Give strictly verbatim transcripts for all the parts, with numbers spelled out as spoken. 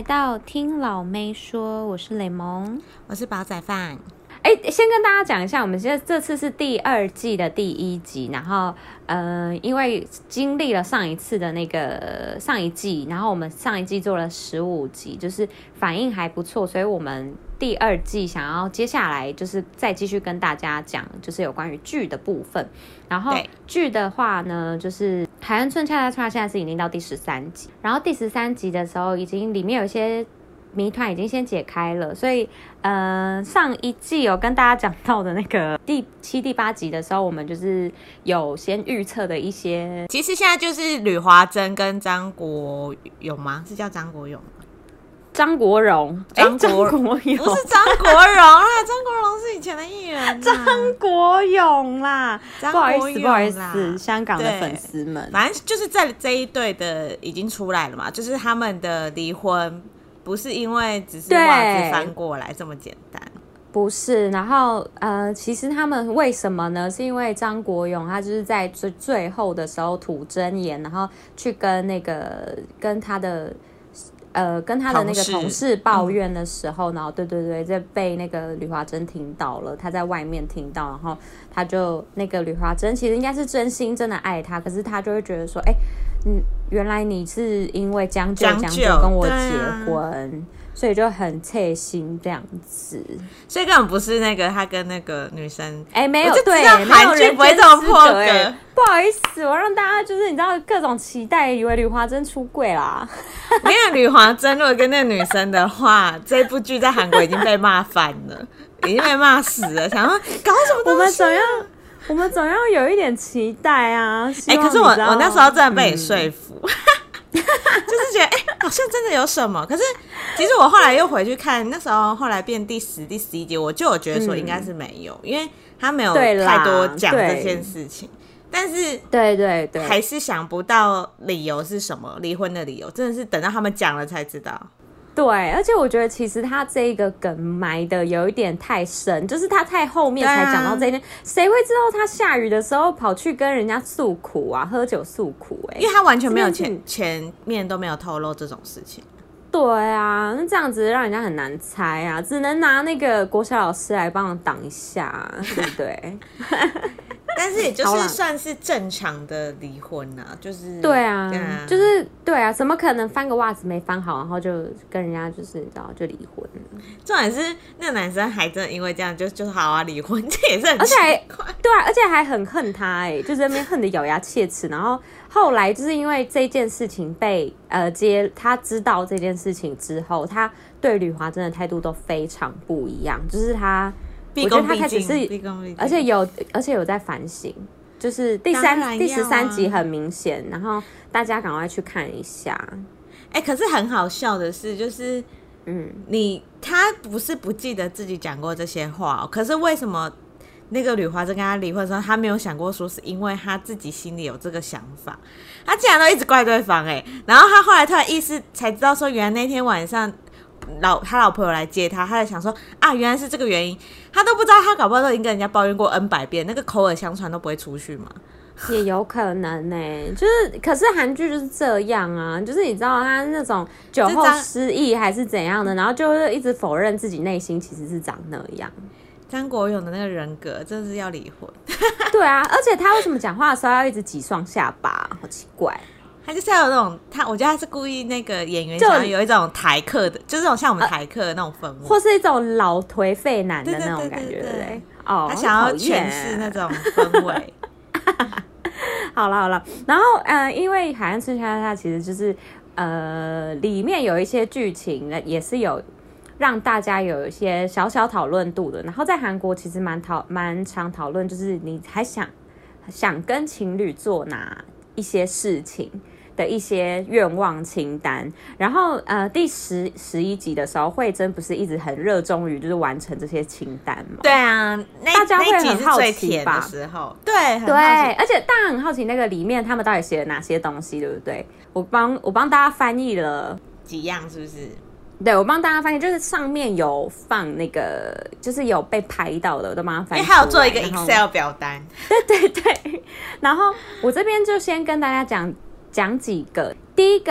到听老妹说，我是雷蒙， 我是煲仔饭。 哎，先跟大家讲一下，我们现在这次是第二季的第一集，然后呃，因为经历了上一次的那个上一季，然后我们上一季做了十五集，就是反应还不错，所以我们第二季想要接下来就是再继续跟大家讲，就是有关于剧的部分。然后剧的话呢，就是《海岸村恰恰恰》现在是已经到第十三集，然后第十三集的时候，已经里面有一些谜团已经先解开了，所以呃，上一季有跟大家讲到的那个第七、第八集的时候，我们就是有先预测的一些。 其实现在就是吕华珍跟张国勇吗？是叫张国勇吗？ 张国荣， 张国荣不是张国荣啦，张国荣是以前的艺人。 张国勇啦， 张不好国勇意思，不好意思，香港的粉丝们， 反正就是在这一对的已经出来了嘛，就是他们的离婚不是因为只是袜子翻过来这么简单。 不是，然后呃，其实他们为什么呢？是因为张国勇他就是在最最后的时候吐真言，然后去跟那个跟他的呃跟他的那个同事抱怨的时候，嗯、然后对对对，这被那个吕华珍听到了，他在外面听到，然后他就那个吕华珍其实应该是真心真的爱他，可是他就会觉得说，哎，嗯，原来你是因为将就将就跟我结婚。所以就很切心这样子， 所以根本不是那个他跟那个女生， 哎、欸，没有， 对，韩剧不会这么破格。 不好意思，我让大家就是你知道各种期待，以为吕华珍出柜啦。 没有吕华珍，如果跟那个女生的话，这部剧在韩国已经被骂翻了，已经被骂死了。想说搞什么东西、啊？ 我们总要，我们总要有一点期待啊！哎、 欸，可是我我那时候真的被你说服。嗯就是觉得哎、欸，好像真的有什么，可是其实我后来又回去看，那时候后来变第十、第十一集，我就有觉得说应该是没有，嗯、因为他没有太多讲这件事情。但是对对对， 还是想不到理由是什么，离婚的理由真的是等到他们讲了才知道。 对，而且我觉得其实他这个梗埋的有一点太深，就是他太后面才讲到这一件，谁、啊、会知道他下雨的时候跑去跟人家诉苦啊，喝酒诉苦、欸？ 因为他完全没有前前面都没有透露这种事情。 对啊，那这样子让人家很难猜啊，只能拿那个国小老师来帮忙挡一下，对不对？ 但是也就是算是正常的离婚啊，就是对啊，啊就是对啊，怎么可能翻个袜子没翻好，然后就跟人家就是然后就离婚了？ 重点是那个男生还真的因为这样就就好啊离婚，这也是很奇怪， 而且还对啊，而且还很恨他哎、欸，就在那边恨得咬牙切齿，然后后来就是因为这件事情被呃接，他知道这件事情之后，他对吕华珍的态度都非常不一样，就是他。我觉得他开始是，而且有，而且有在反省，就是第三、啊、第十三集很明显，然后大家赶快去看一下。 哎、欸，可是很好笑的是，就是嗯，你他不是不记得自己讲过这些话、哦，可是为什么那个吕华珍跟他离婚的时候，他没有想过说是因为他自己心里有这个想法，他竟然都一直怪对方哎、欸，然后他后来突然意识才知道说，原来那天晚上。老他老婆有来接他，他在想说啊，原来是这个原因，他都不知道，他搞不好都已经跟人家抱怨过 N 百遍，那个口耳相传都不会出去嘛。 也有可能呢、欸，就是可是韩剧就是这样啊，就是你知道他那种酒后失忆还是怎样的，然后就是一直否认自己内心其实是长那样。 张国勇的那个人格真的是要离婚。 对啊，而且他为什么讲话的时候要一直挤双下巴，好奇怪。 他就是要有那种，他我觉得他是故意那个演员想要有一种台客的，就是那种像我们台客的那种氛围、呃， 或是一种老颓废男的那种感觉，对不对？哦， 他想要诠释那种氛围。 好了好了，然后呃，因为《海岸村恰恰恰》其实就是呃里面有一些剧情呢，也是有让大家有一些小小讨论度的。然后在韩国其实蛮讨蛮常讨论，就是你还想想跟情侣做哪一些事情。的一些愿望清单，然后呃，第十十一集的时候，慧珍不是一直很热衷于就是完成这些清单吗？ 对啊，那大家会很好奇吧？ 的时候，对对，而且大家很好奇那个里面他们到底写了哪些东西，对不对？我帮我帮大家翻译了几样，是不是？ 对，我帮大家翻译，就是上面有放那个，就是有被拍到的，我都帮他翻译。 因为还有做一个 Excel 表单。 对对对，然后我这边就先跟大家讲。讲几个，第一个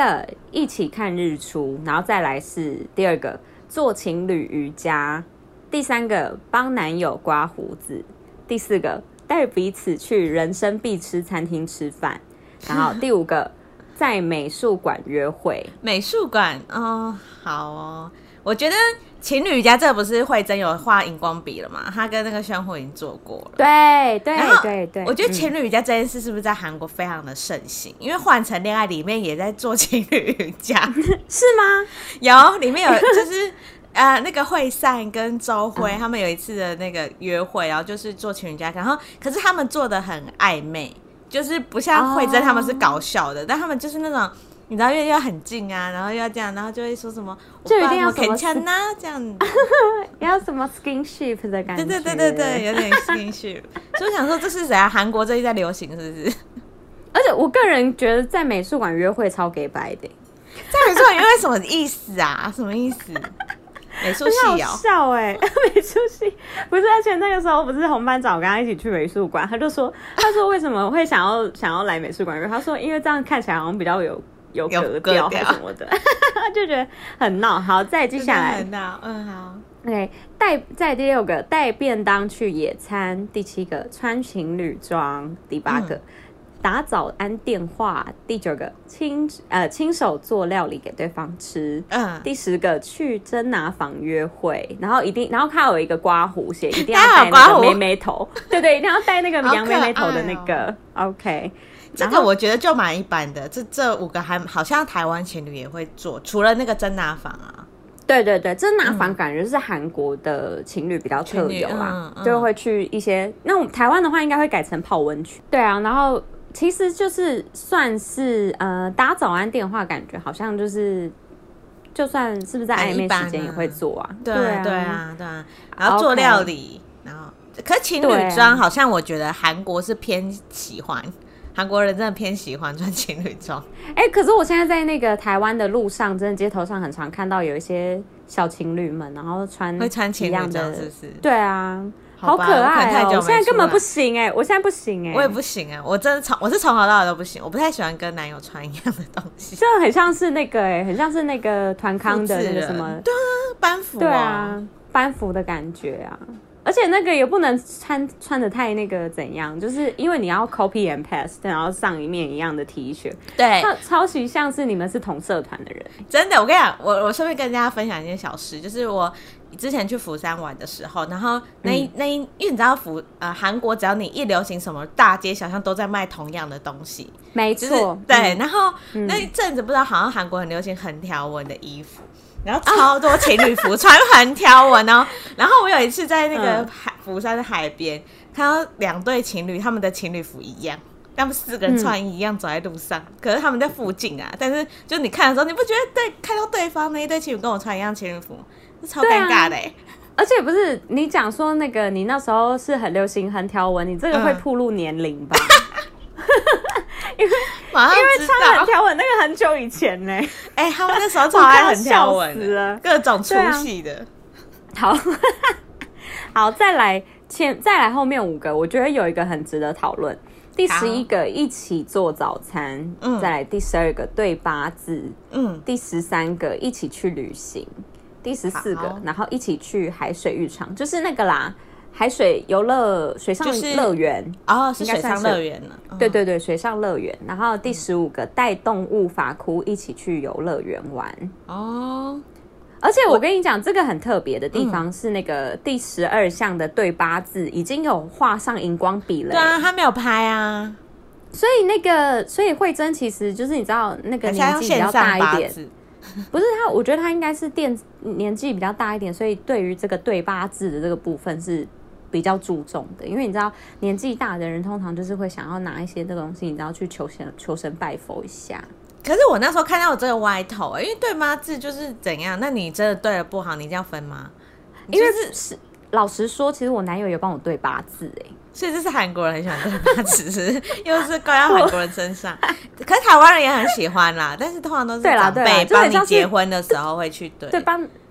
一起看日出，然后再来是第二个做情侣瑜伽，第三个帮男友刮胡子，第四个带彼此去人生必吃餐厅吃饭，然后第五个在美术馆约会。 美术馆哦，好哦，我觉得情侣瑜伽这个不是慧珍有画荧光笔了吗？她跟那个宣慧已经做过了。 对对对对， 我觉得情侣瑜伽这件事是不是在韩国非常的盛行？因为换成恋爱里面也在做情侣瑜伽， 是吗？ 有，里面有就是呃那个惠善跟周辉、嗯、他们有一次的那个约会，然后就是做情侣瑜伽，然后可是他们做的很暧昧，就是不像慧珍他们是搞笑的，哦、但他们就是那种。你知道，又要很近啊，然后又要这样，然后就会说什么， 就一定要什么铿锵啊，这样， 要什么 skinship 的感觉， 对对对对对，有点 skinship。所以我想说，这是谁啊？韩国最近在流行，是不是？ 而且我个人觉得，在美术馆约会超给白的。 在美术馆约会什么意思啊？什么意思？美术系哦， 很好笑哎、欸，美术系不是，而且那个时候不是红班长，我跟他一起去美术馆，他就说，他说为什么会想要想要来美术馆约会？他说因为这样看起来好像比较有。有格调还是什么的，就觉得很闹。好，再接下来， 很闹，嗯，好。 OK， 带在第六个带便当去野餐，第七个穿情侣装，第八个、嗯、打早安电话，第九个亲呃亲手做料理给对方吃，嗯，第十个去真拿房约会，然后一定，然后他有一个刮胡鞋，一定要戴那个妹妹头，对对，一定要戴那个羊妹妹头的那个、哦、，OK。 这个我觉得就蛮一般的，这这五个还好像台湾情侣也会做，除了那个真拿房啊。 对对对，真拿房感觉是韩国的情侣比较特有啦，嗯嗯、就会去一些。那我们台湾的话，应该会改成泡温泉。对啊，然后其实就是算是呃打早安电话，感觉好像就是就算是不是在暧昧时间也会做啊。 对啊对啊对啊，然后做料理， okay. 然后可是情侣装好像我觉得韩国是偏喜欢。韩国人真的偏喜欢穿情侣装， 哎、欸，可是我现在在那个台湾的路上，真的街头上很常看到有一些小情侣们，然后穿会穿情侣装，是不是？ 对啊，好可爱哦、喔！我现在根本不行哎、欸，我现在不行哎、欸， 我也不行哎、欸，我真的从我是从头到尾都不行，我不太喜欢跟男友穿一样的东西， 就很像是那个哎、欸，很像是那个团康的那个什么， 对啊，班服、喔， 对啊，班服的感觉啊。而且那个也不能穿穿的太那个怎样，就是因为你要 copy and paste， 然后上一面一样的 T 恤， 对， 超级像是你们是同社团的人。 真的，我跟你讲，我我顺便跟大家分享一件小事，就是我之前去釜山玩的时候，然后那一、嗯、那一，因为你知道釜呃韩国只要你一流行什么，大街小巷都在卖同样的东西， 没错、就是， 对、 嗯。 然后、嗯、那一阵子不知道好像韩国很流行横条纹的衣服。然后超多情侣服穿横条纹哦，然後我有一次在那个海釜山的海边看到两对情侣，他们的情侣服一样，他们四个人穿一样走在路上、嗯，可是他们在附近啊，但是就你看的时候，你不觉得对看到对方那一对情侣跟我穿一样情侣服，是超尴尬的哎、欸。 而且不是你讲说那个你那时候是很流行横条纹，你这个会暴露年龄吧？嗯因为因为穿横条纹那个很久以前呢、欸， 哎、欸，他们那时候超爱横条纹，各种粗细的。 啊、好，好，再来前再来后面五个，我觉得有一个很值得讨论。第十一个一起做早餐，嗯，再来第十二个对八字，嗯，第十三个一起去旅行，第十四个然后一起去海水浴场，就是那个啦。海水游乐水上乐园、就是、 哦，是水上乐园呢。 对对对，水上乐园。然后第十五个带动物法哭一起去游乐园玩哦。而且我跟你讲，这个很特别的地方是那个第十二项的对八字已经有画上荧光笔了。 对啊，他没有拍啊。 所以那个，所以慧珍其实就是你知道那个年纪比较大一点。不是他，我觉得他应该是电年纪比较大一点，所以对于这个对八字的这个部分是比较注重的，因为你知道年纪大的人通常就是会想要拿一些这个东西，你知道去求神求神拜佛一下。 可是我那时候看到我这个歪头、欸，因为对八字就是怎样？那你真的对了不好，你这样分吗？ 因为是老实说，其实我男友有帮我对八字哎、欸， 所以这是韩国人很喜欢对八字，是又是怪到韩国人身上。可是台湾人也很喜欢啦，但是通常都是长辈帮你结婚的时候会去对， 对帮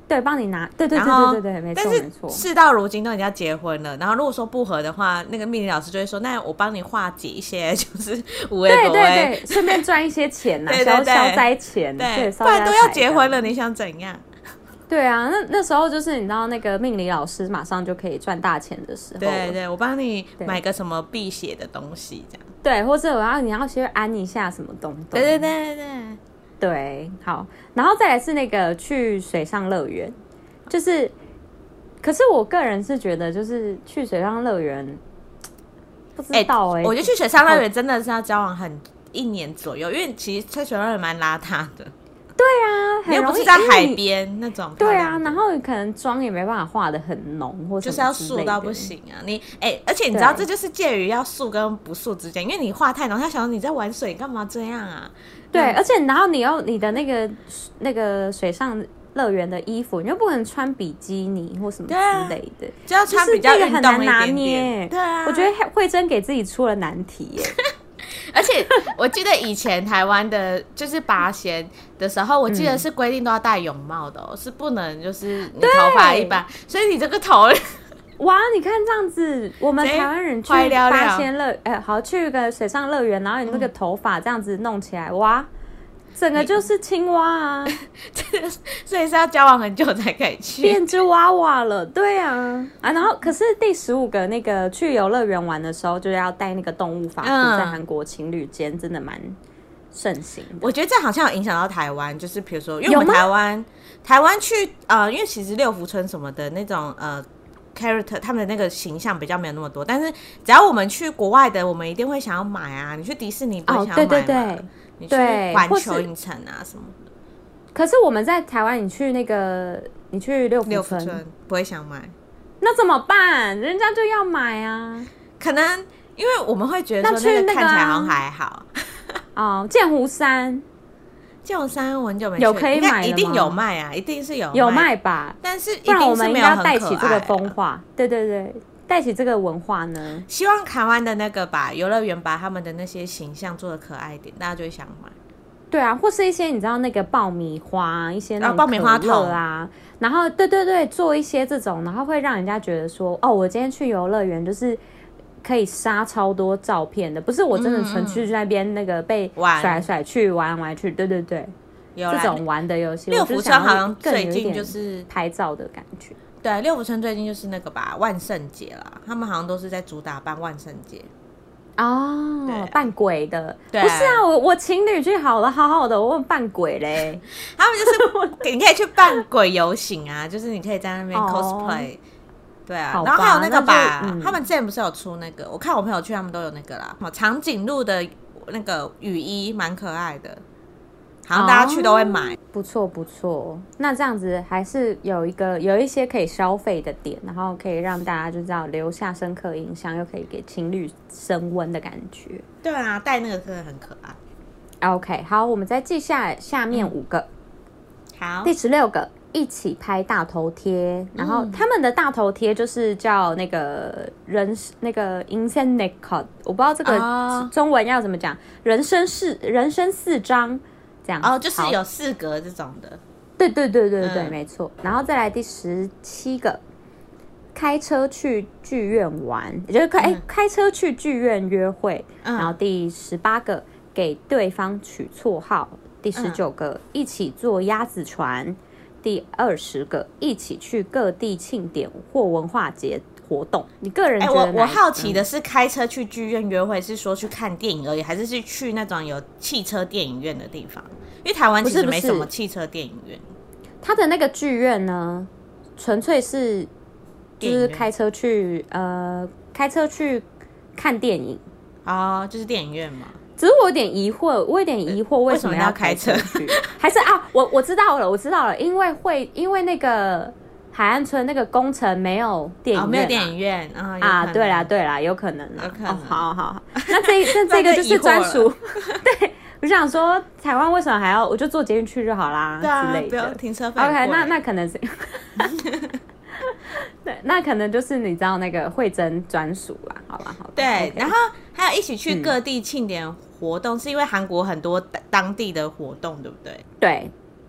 对，帮你拿，对对对对对对，没错没错。 事到如今都已经要结婚了，然后如果说不合的话，那个命理老师就会说，那我帮你化解一些，就是无谓对对对，顺便赚一些钱呐、啊，消消灾钱，对， 不然都要结婚了，你想怎样？ 对啊，那那时候就是你知道那个命理老师马上就可以赚大钱的时候， 对对，我帮你买个什么辟邪的东西这样， 对，或者我要你要先安一下什么东东， 对对对对对，好，然后再来是那个去水上乐园，就是，可是我个人是觉得就是去水上乐园，不知道哎、欸， 我觉得去水上乐园真的是要交往很一年左右，因为其实去水上乐园蛮邋遢的。 对啊， 你又不是在海边那种。 对啊，然后可能妆也没办法画的很浓，或就是要素到不行啊！你哎、欸，而且你知道这就是介于要素跟不素之间，因为你画太浓，他想说你在玩水，干嘛这样啊？ 对，而且然后你又你的那个那个水上乐园的衣服，你又不能穿比基尼或什么之类的， 就要穿比较运动一点点。 很难拿捏。 对啊， 我觉得慧珍给自己出了难题耶。 而且我记得以前台湾的，就是拔弦的时候，我记得是规定都要戴泳帽的、哦嗯，是不能就是你头发一般，所以你这个头， 哇，你看这样子，我们台湾人去八仙乐，哎、欸，好去个水上乐园，然后你那个头发这样子弄起来，哇，整个就是青蛙啊， 所以是要交往很久才可以去， 变只娃娃了，对啊，啊，然后可是第十五个那个去游乐园玩的时候，就要带那个动物发布、嗯，在韩国情侣间真的蛮盛行的。 我觉得这好像有影响到台湾，就是比如说，因为我们台湾台湾去呃，因为其实六福村什么的那种呃 character， 他们的那个形象比较没有那么多，但是只要我们去国外的，我们一定会想要买啊。你去迪士尼不会想要买吗？哦、对对对。你去环球影城啊什么的， 可是我们在台湾，你去那个，你去六福村， 六福村不会想买， 那怎么办？人家就要买啊。 可能因为我们会觉得说那个看起来好像还好。 哦，剑湖山， 剑湖山我很久没去， 有可以买的吗？ 一定有卖啊，一定是有卖有卖吧？ 但是不然我们应该要带起这个风化，对对对。带起这个文化呢， 希望台湾的那个把游乐园把他们的那些形象做得可爱一点，大家就会想买。 对啊，或是一些你知道那个爆米花，一些那种爆米花桶啊，然后对对对，做一些这种，然后会让人家觉得说，哦，我今天去游乐园就是可以杀超多照片的，不是我真的纯去那边那个被甩来甩去玩来去，对对对，有这种玩的游戏。 六福村好像最近就是拍照的感觉。 对，六福村最近就是那个吧，万圣节啦，他们好像都是在主打办万圣节哦，扮鬼的。对，不是啊，我我情侣去好了，好好的，我问扮鬼嘞， 他们就是你可以去扮鬼游行啊，就是你可以在那边 cosplay，、哦、对啊，然后还有那个吧，嗯、他们之前不是有出那个，我看我朋友去，他们都有那个啦，长颈鹿的那个雨衣，蛮可爱的。好像大家去都会买、哦、 不错不错，那这样子还是有一个有一些可以消费的点，然后可以让大家就知道留下深刻印象，又可以给情侣升温的感觉。 对啊，戴那个真的很可爱。 OK， 好，我们再记下下面五个、 嗯、好， 第十六个一起拍大头贴，然后他们的大头贴就是叫那个人那个 insenecot， 我不知道这个中文要怎么讲、哦、人生四人生四张这样哦，就是有四格这种的。 对对对对对、嗯、没错。然后再来第十七个，开车去剧院玩，也就是开、嗯欸、开车去剧院约会、嗯、然后第十八个，给对方取绰号。第十九个、嗯、一起坐鸭子船。第二十个，一起去各地庆典或文化节活动。你个人觉得、欸、 我我好奇的是，开车去剧院约会是说去看电影而已，还是是去那种有汽车电影院的地方？因为台湾其实没什么汽车电影院。 他的那个剧院呢，纯粹是就是开车去呃开车去看电影哦，就是电影院嘛。 只是我有点疑惑，我有点疑惑为什么要开车去？还是啊，我我知道了，我知道了，因为会因为那个海岸村那个工程没有电影院、啊哦， 没有电影院啊、哦、 啊，对啦对啦，有可能啦， 有可能。哦、 好好好，那这那这个就是专属。对，我想说台湾为什么还要，我就坐捷运去就好啦， 对啊， 之类的， 不用停车费。 OK， 那那可能是。对，那可能就是你知道那个慧珍专属啦，好吧，好吧。 对， okay. 然后还有一起去各地庆典活动、嗯，是因为韩国很多当地的活动，对不对？ 对，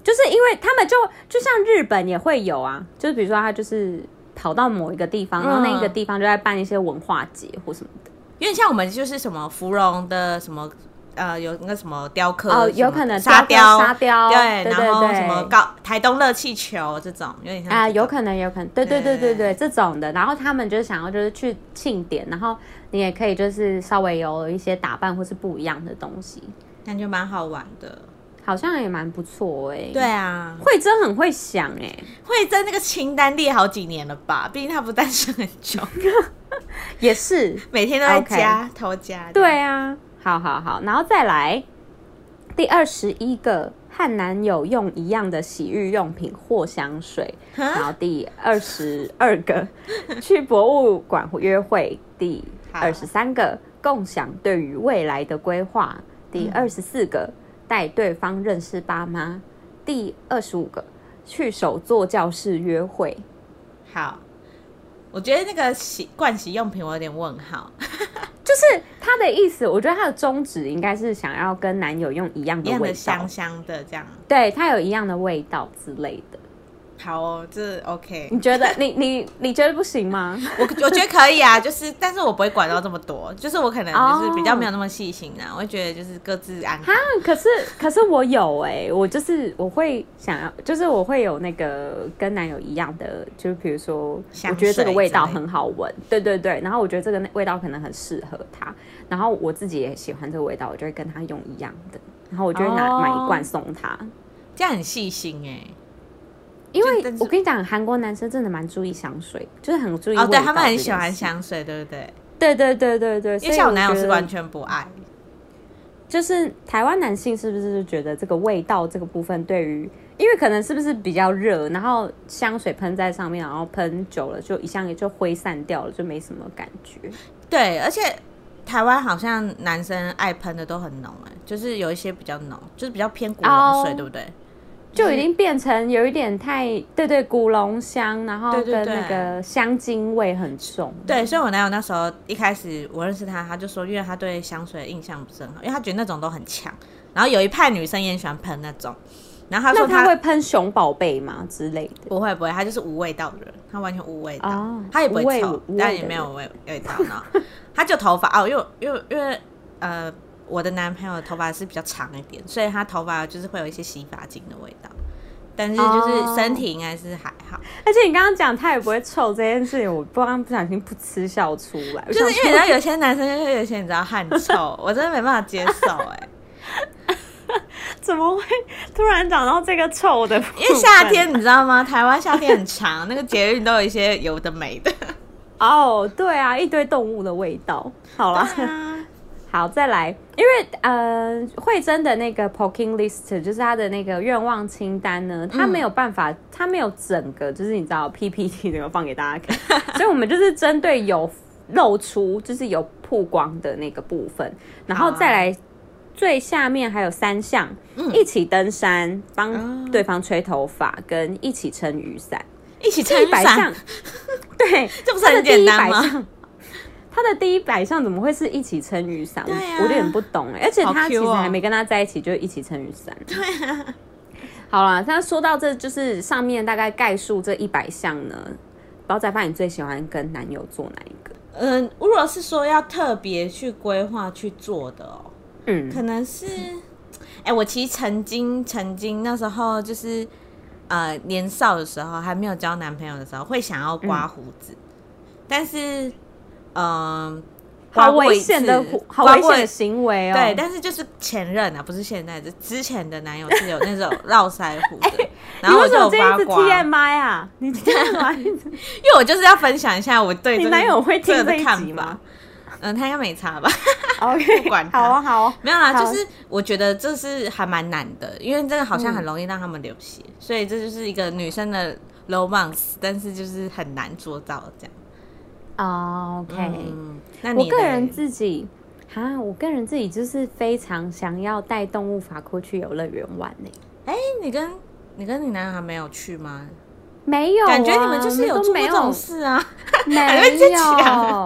就是因为他们就就像日本也会有啊，就是比如说他就是跑到某一个地方，然后那个地方就在办一些文化节或什么的， 有点像我们就是什么芙蓉的什么。呃，有那个什么雕刻哦，有可能沙雕， 沙雕， 对， 对然后对什么高台东热气球这种，有点像啊、呃，有可能，有可能，对对对对对，这种的。然后他们就是想要就是去庆典，然后你也可以就是稍微有一些打扮或是不一样的东西， 感觉蛮好玩的， 好像也蛮不错哎、欸。 对啊， 慧珍很会想哎、欸， 慧珍那个清单列好几年了吧？毕竟她不单身很久， 也是每天都在加偷加。 对啊，好好好，然后再来。第二十一个和男友用一样的洗浴用品或香水，然后第二十二个去博物馆约会，第二十三个共享对于未来的规划，第二十四个带对方认识爸妈，第二十五个去手作教室约会。 好，我觉得那个洗盥洗用品我有点问号。 就是他的意思，我觉得他的宗旨应该是想要跟男友用一样的味道， 一样的香香的这样， 对，他有一样的味道之类的。 好哦，这 OK。 你觉得你你你觉得不行吗？ 我我觉得可以啊，就是但是我不会管到这么多，就是我可能就是比较没有那么细心啊， oh. 我会觉得就是各自安好。 可是可是我有哎、欸，我就是我会想要，就是我会有那个跟男友一样的，就是比如说，我觉得这个味道很好闻，对对对，然后我觉得这个味道可能很适合他，然后我自己也喜欢这个味道，我就会跟他用一样的，然后我就会拿、oh. 买一罐送他， 这样很细心哎、欸。 因为我跟你讲，韩国男生真的蛮注意香水，就是很注意味道。 哦，对，他们很喜欢香水，对不对？ 对对对对对， 因为像我男友是完全不爱。 就是台湾男性是不是觉得这个味道这个部分对于，因为可能是不是比较热，然后香水喷在上面，然后喷久了就一下就挥散掉了，就没什么感觉。 对，而且台湾好像男生爱喷的都很浓哎，就是有一些比较浓，就是比较偏古龙水， oh. 对不对？ 就已经变成有一点太对对古龙香，然后跟那个香精味很重。 对， 对， 对，所以我男友那时候一开始我认识他，他就说，因为他对香水的印象不是很好，因为他觉得那种都很强。然后有一派女生也很喜欢喷那种，然后他说 他, 那他会喷熊宝贝吗之类的？ 不会不会，他就是无味道的人，他完全无味道，哦、他也不会臭，但也没有味味道呢。他就头发哦，因为因为因为呃。我的男朋友的头发是比较长一点，所以他头发就是会有一些洗发精的味道，但是就是身体应该是还好。Oh. 而且你刚刚讲他也不会臭这件事情，我不刚不小心不嗤笑出来， 就是因为你知道有些男生就是有些你知道汗臭，我真的没办法接受哎、 欸。怎么会突然讲到这个臭的部分？ 因为夏天你知道吗？台湾夏天很长，那个节日都有一些有的没的。 哦， oh, 对啊，一堆动物的味道。好啦。好，再来，因为呃，慧珍的那个 Poking List 就是她的那个愿望清单呢，她没有办法，她、嗯、没有整个，就是你知道 P P T 那个放给大家看，所以我们就是针对有露出，就是有曝光的那个部分，然后再来最下面还有三项，嗯、一起登山，帮对方吹头发，跟一起撑雨伞， 一起撑雨伞， 对， 这不是很简单吗？ 他的第一百项怎么会是一起撑雨伞？ 对啊、 我有点不懂哎，而且他其实还没跟他在一起就一起撑雨伞。 对啊， 好啦，他说到这就是上面大概概述这一百项呢，宝仔爸，你最喜欢跟男友做哪一个？ 嗯、呃，如果是说要特别去规划去做的哦，嗯，可能是，哎、欸，我其实曾经曾经那时候就是呃年少的时候还没有交男朋友的时候，会想要刮胡子，嗯、但是。嗯， 好危险的，好危险的行为哦。 对，但是就是前任啊，不是现在，是之前的男友是有那种络腮胡的。欸、然后我就有刮刮。 T M I 啊，你 T M I， 因为我就是要分享一下我对这个你男友会听这一集吗？ 嗯，他应该没差吧 ？OK， 不管他。 好啊，好啊， 没有啦，就是我觉得这是还蛮难的，因为这个好像很容易让他们流血，嗯、所以这就是一个女生的 romance， 但是就是很难做到这样。 哦、oh, ，OK，、 嗯、那你我个人自己哈，我个人自己就是非常想要带动物法库去游乐园玩呢、 欸。哎、欸，你跟你跟你男友还没有去吗？ 没有、啊， 感觉你们就是有做过这种事啊， 没有。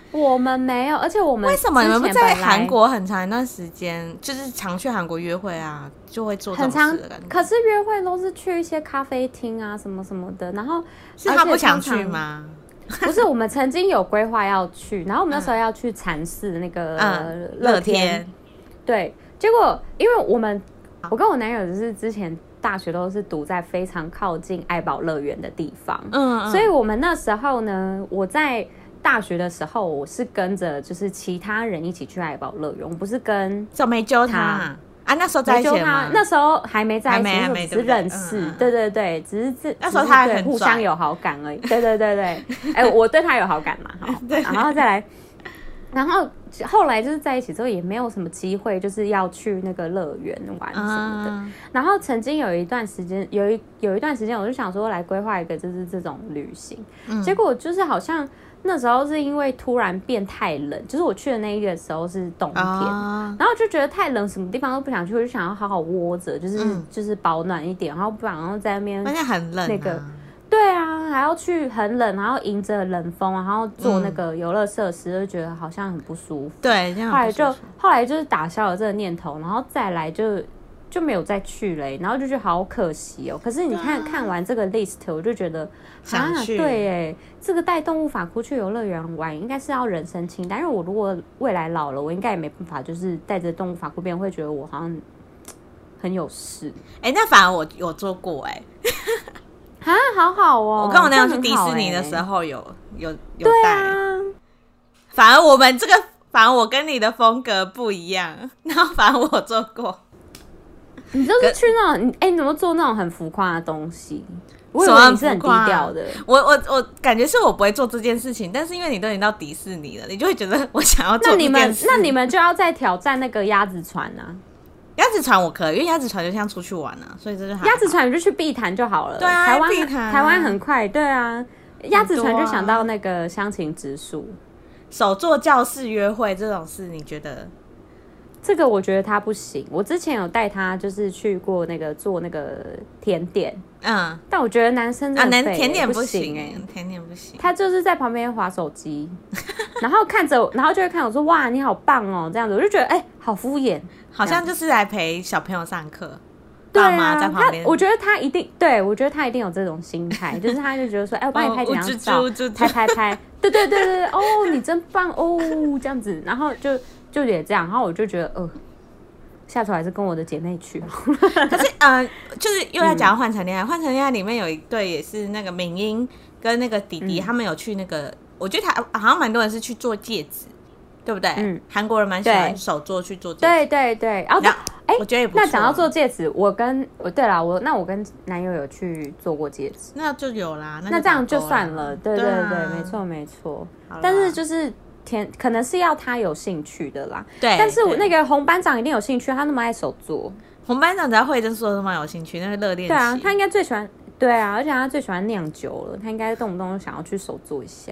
我们没有，而且我们为什么你们不在韩国国很长一段时间，就是常去韩国约会啊，就会做这种事的感觉？ 可是约会都是去一些咖啡厅啊，什么什么的，然后是他不想去吗？ 不是，我们曾经有规划要去，然后我们那时候要去禅寺的那个乐天、嗯嗯，对，结果因为我们我跟我男友就是之前大学都是读在非常靠近爱宝乐园的地方，嗯, 嗯，所以我们那时候呢，我在大学的时候，我是跟着就是其他人一起去爱宝乐园，我不是跟怎么没揪他啊？啊那时候在一起吗？ 那时候还没在一起， 还没只是认识，嗯嗯对对对，只是自那时候他还很互相有好感而已。对对对对，哎、欸，我对他有好感嘛，好，然后再来，然后后来就是在一起之后也没有什么机会，就是要去那个乐园玩什么的、嗯。然后曾经有一段时间，有一有一段时间，我就想说来规划一个就是这种旅行，嗯、结果就是好像。那时候是因为突然变太冷，就是我去的那一个时候是冬天、哦、然后就觉得太冷，什么地方都不想去，我就想要好好窝着，就是、嗯、就是保暖一点，然后不然后在那边那很冷、啊、 那个对啊，还要去很冷，然后迎着冷风，然后做那个游乐设施、嗯，就觉得好像很不舒服。 对，这样后来就后来就是打消了这个念头，然后再来就就没有再去了、欸，然后就觉得好可惜哦。可是你看、啊、看完这个 list， 我就觉得想去。 啊、对哎，这个带动物法库去游乐园玩，应该是要人生清单。因为我如果未来老了，我应该也没办法，就是带着动物法库边，会觉得我好像很有事。 哎、欸，那反而我有做过哎、 欸，啊，好好哦。 我跟我那样去迪士尼的时候有，有有有带、 啊。 反而我们这个，反而我跟你的风格不一样，然后反而我做过。 你就是去那种，哎、欸，你怎么做那种很浮夸的东西？我以为你是很低调的。 我我我感觉是我不会做这件事情，但是因为你都已经到迪士尼了，你就会觉得我想要做这件事。 那你们那你们就要再挑战那个鸭子船啊！ 鸭子船我可以，因为鸭子船就像出去玩啊，所以这就鸭子船你就去碧潭就好了。 对啊， 台湾碧潭台湾很快，对啊。鸭子船就想到那个香芹植树、 手作教室约会这种事，你觉得？ 这个我觉得他不行。我之前有带他就是去过那个做那个甜点，嗯，但我觉得男生真的、欸啊、 甜点不行哎、欸， 甜点不行。 他就是在旁边滑手机，然后看着，然后就会看我说哇你好棒哦这样子，我就觉得哎、欸、好敷衍， 好像就是来陪小朋友上课。 对啊， 爸妈在旁边， 我觉得他一定对我觉得他一定有这种心态，就是他就觉得说，哎、欸，我帮你拍几张照， 哦、 拍拍拍，对对对对，哦，你真棒哦，这样子，然后就就也这样，然后我就觉得，呃，下次还是跟我的姐妹去。 可是，呃，就是又要讲《换乘恋爱》，《换乘恋爱》里面有一对也是那个敏英跟那个弟弟、嗯，他们有去那个，我觉得他好像蛮多人是去做戒指。对不对？嗯，韩国人蛮喜欢手做去做戒指。 对对对，然后哎， 我觉得也不错。 那讲到做戒指，我跟我对啦，我那我跟男友有去做过戒指， 那就有啦。那, 那这样就算了。对对 对,、啊、对，没错没错。但是就是甜，可能是要他有兴趣的啦。 对， 但是那个洪班长一定有兴趣，他那么爱手做。 洪班长只要会真说都蛮有兴趣，那个热恋期。 对啊，他应该最喜欢。对啊，而且他最喜欢酿酒了，他应该动不动就想要去手做一下。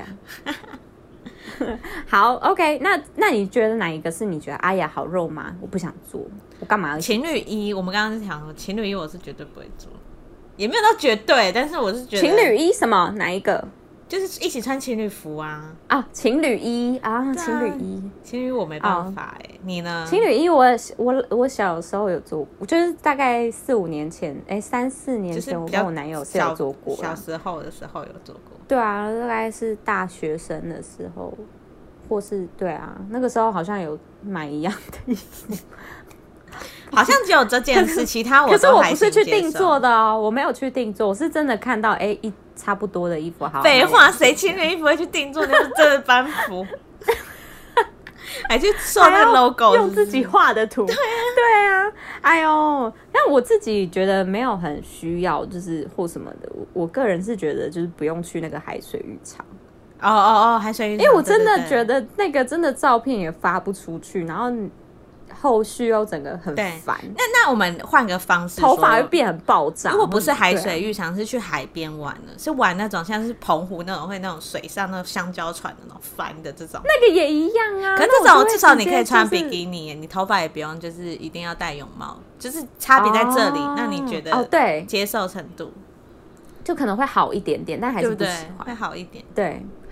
好 ，OK， 那那你觉得哪一个是你觉得哎呀好肉麻，我不想做，我干嘛要情侣衣？我们刚刚是想说情侣衣，我是绝对不会做，也没有到绝对，但是我是觉得情侣衣什么哪一个？ 就是一起穿情侣服啊啊，情侣衣啊，啊情侣衣， 情侣衣我没办法哎、欸哦，你呢？ 情侣衣我我我小时候有做，我就是大概四五年前，哎、欸，三四年前，我跟我男友是有做过， 小时候的时候有做过。 对啊，大概是大学生的时候，或是对啊，那个时候好像有买一样的衣服。 好像只有这件事，其他我可是我不是去定做的哦，我没有去定做，我是真的看到哎、欸、一差不多的衣服好。 废话，谁情侣衣服会去定做？那是真的班服，还去做那个 logo， 用自己画的图。对啊，对啊，哎呦，但我自己觉得没有很需要，就是或什么的。我个人是觉得就是不用去那个海水浴场。 哦哦哦，海水浴场， 因为我真的觉得那个真的照片也发不出去，然后。后续又整个很烦。 那那我们换个方式， 头发会变很爆炸。 如果不是海水浴场，是去海边玩的，是玩那种像是澎湖那种会那种水上那种香蕉船那种翻的这种， 那个也一样啊。 可是这种至少你可以穿比基尼，你头发也不用就是一定要戴泳帽，就是差别在这里。哦、那你觉得哦对接受程度就可能会好一点点，但还是不喜欢， 对对会好一点。 对。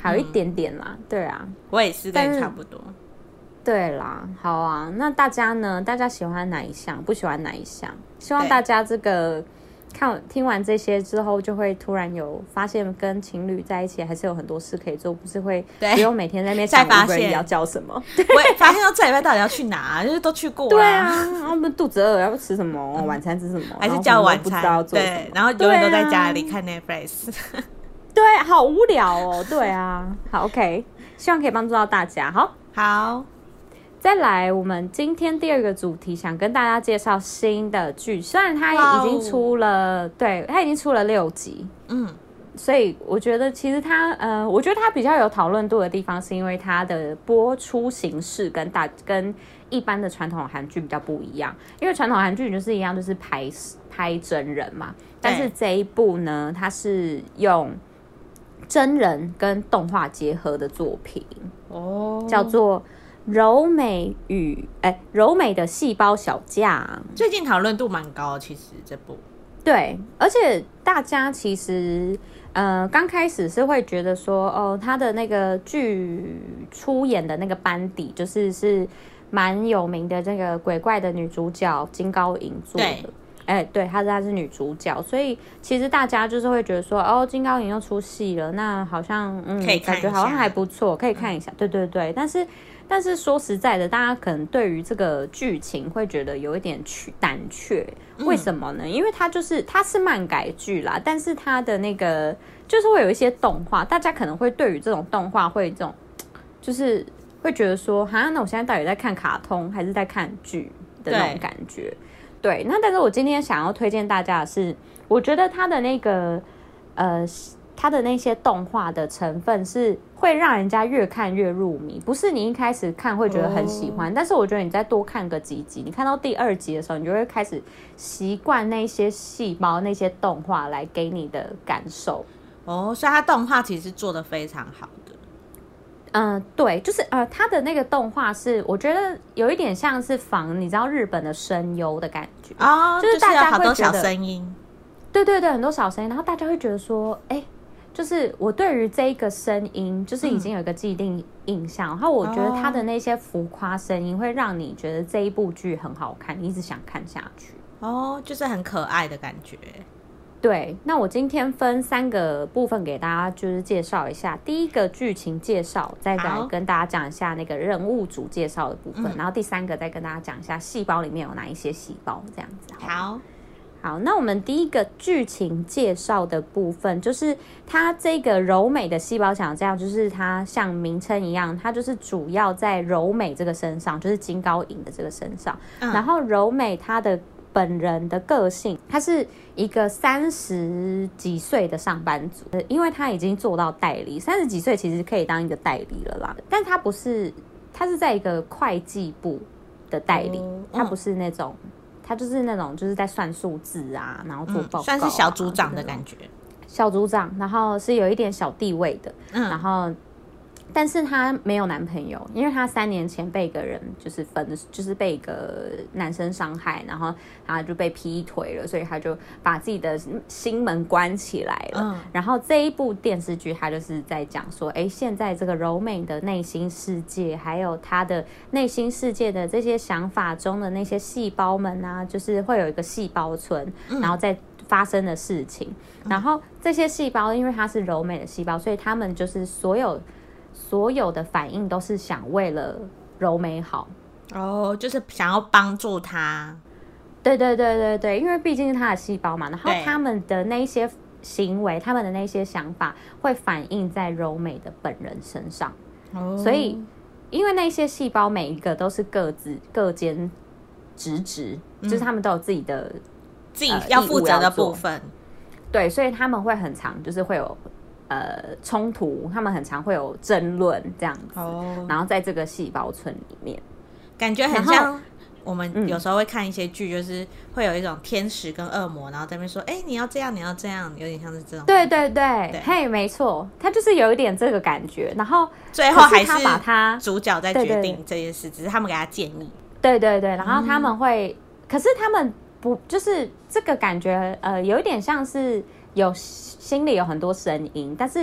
好一点点啦，嗯、对啊， 我也是跟你差不多。 对啦，好啊，那大家呢？大家喜欢哪一项？不喜欢哪一项？希望大家这个看听完这些之后，就会突然有发现，跟情侣在一起还是有很多事可以做，不是会不用每天在那边想一个人要叫什么。 我也发现到这礼拜到底要去哪，就是都去过了。 对啊，然后我们肚子饿，要吃什么？晚餐吃什么？ 还是叫晚餐？ 对， 然后永远都在家里看 Netflix。 对，好无聊哦。对啊，好 OK， 希望可以帮助到大家。好， 好。 再来，我们今天第二个主题想跟大家介绍新的剧，虽然它已经出了， wow. 对，它已经出了六集，嗯，所以我觉得其实它，呃，我觉得它比较有讨论度的地方，是因为它的播出形式跟大跟一般的传统韩剧比较不一样，因为传统韩剧就是一样，就是拍拍真人嘛，但是这一部呢，它是用真人跟动画结合的作品，哦，叫做柔美与哎，柔美的细胞小将， 最近讨论度蛮高的，其实这部对，而且大家其实呃刚开始是会觉得说，哦，他的那个剧出演的那个班底，就是是蛮有名的这个鬼怪的女主角金高银做的。哎、欸，对，她是她是女主角，所以其实大家就是会觉得说，哦，金高银又出戏了，那好像嗯， 可以看一下， 感觉好像还不错，可以看一下。嗯、对对对，但是但是说实在的，大家可能对于这个剧情会觉得有一点胆怯，为什么呢？嗯、因为它就是它是漫改剧啦，但是它的那个就是会有一些动画，大家可能会对于这种动画会这种就是会觉得说，好像那我现在到底在看卡通还是在看剧的那种感觉。对，那但是我今天想要推荐大家的是，我觉得它的那个呃，它的那些动画的成分是会让人家越看越入迷，不是你一开始看会觉得很喜欢， oh. 但是我觉得你再多看个几集，你看到第二集的时候，你就会开始习惯那些细胞、那些动画来给你的感受。 哦、oh, ，所以它动画其实做得非常好。 嗯、呃，对，就是呃，它的那个动画是，我觉得有一点像是仿，你知道日本的声优的感觉哦， 就是大家会觉得、 就是、有好多小声音， 对对对，很多小声音，然后大家会觉得说，哎，就是我对于这一个声音，就是已经有一个既定印象，嗯、然后我觉得它的那些浮夸声音会让你觉得这一部剧很好看，你一直想看下去， 哦，就是很可爱的感觉。 对，那我今天分三个部分给大家，就是介绍一下。第一个剧情介绍，再来跟大家讲一下那个人物主介绍的部分，嗯、然后第三个再跟大家讲一下细胞里面有哪一些细胞，这样子。 好， 好，那我们第一个剧情介绍的部分，就是它这个柔美的细胞小将，就是它像名称一样，它就是主要在柔美这个身上，就是金高银的这个身上，嗯、然后柔美它的本人的个性，他是一个三十几岁的上班族，因为他已经做到代理，三十几岁其实可以当一个代理了啦。但他不是，他是在一个会计部的代理，哦、他不是那种，他就是那种就是在算数字啊，然后做报告、啊嗯， 算是小组长的感觉， 小组长，然后是有一点小地位的，嗯、然后。但是她没有男朋友，因为她三年前被一个人就是分，就是被一个男生伤害，然后她就被劈腿了，所以她就把自己的心门关起来了。嗯、然后这一部电视剧，她就是在讲说，哎，现在这个柔美的内心世界，还有她的内心世界的这些想法中的那些细胞们啊，就是会有一个细胞村，嗯、然后再发生的事情。嗯、然后这些细胞，因为它是柔美的细胞，所以他们就是所有。所有的反应都是想为了柔美好哦，就是想要帮助他。 对对对对对，因为毕竟是他的细胞嘛，然后他们的那些行为，他们的那些想法会反映在柔美的本人身上。哦，所以因为那些细胞每一个都是各自各兼职职，嗯、就是他们都有自己的自己要负责的部分。 对，所以他们会很常就是会有。呃，冲突，他们很常会有争论这样子， oh. 然后在这个细胞村里面， 感觉很像我们有时候会看一些剧，就是会有一种天使跟恶魔，然后在那边说，哎、欸，你要这样，你要这样，有点像是这种。 对对对，嘿，没错，他就是有一点这个感觉，然后最后还是他把他主角在决定这件事，只是他们给他建议。 对对对，然后他们会，嗯、可是他们不就是这个感觉，呃，有一点像是。有心里有很多声音，但是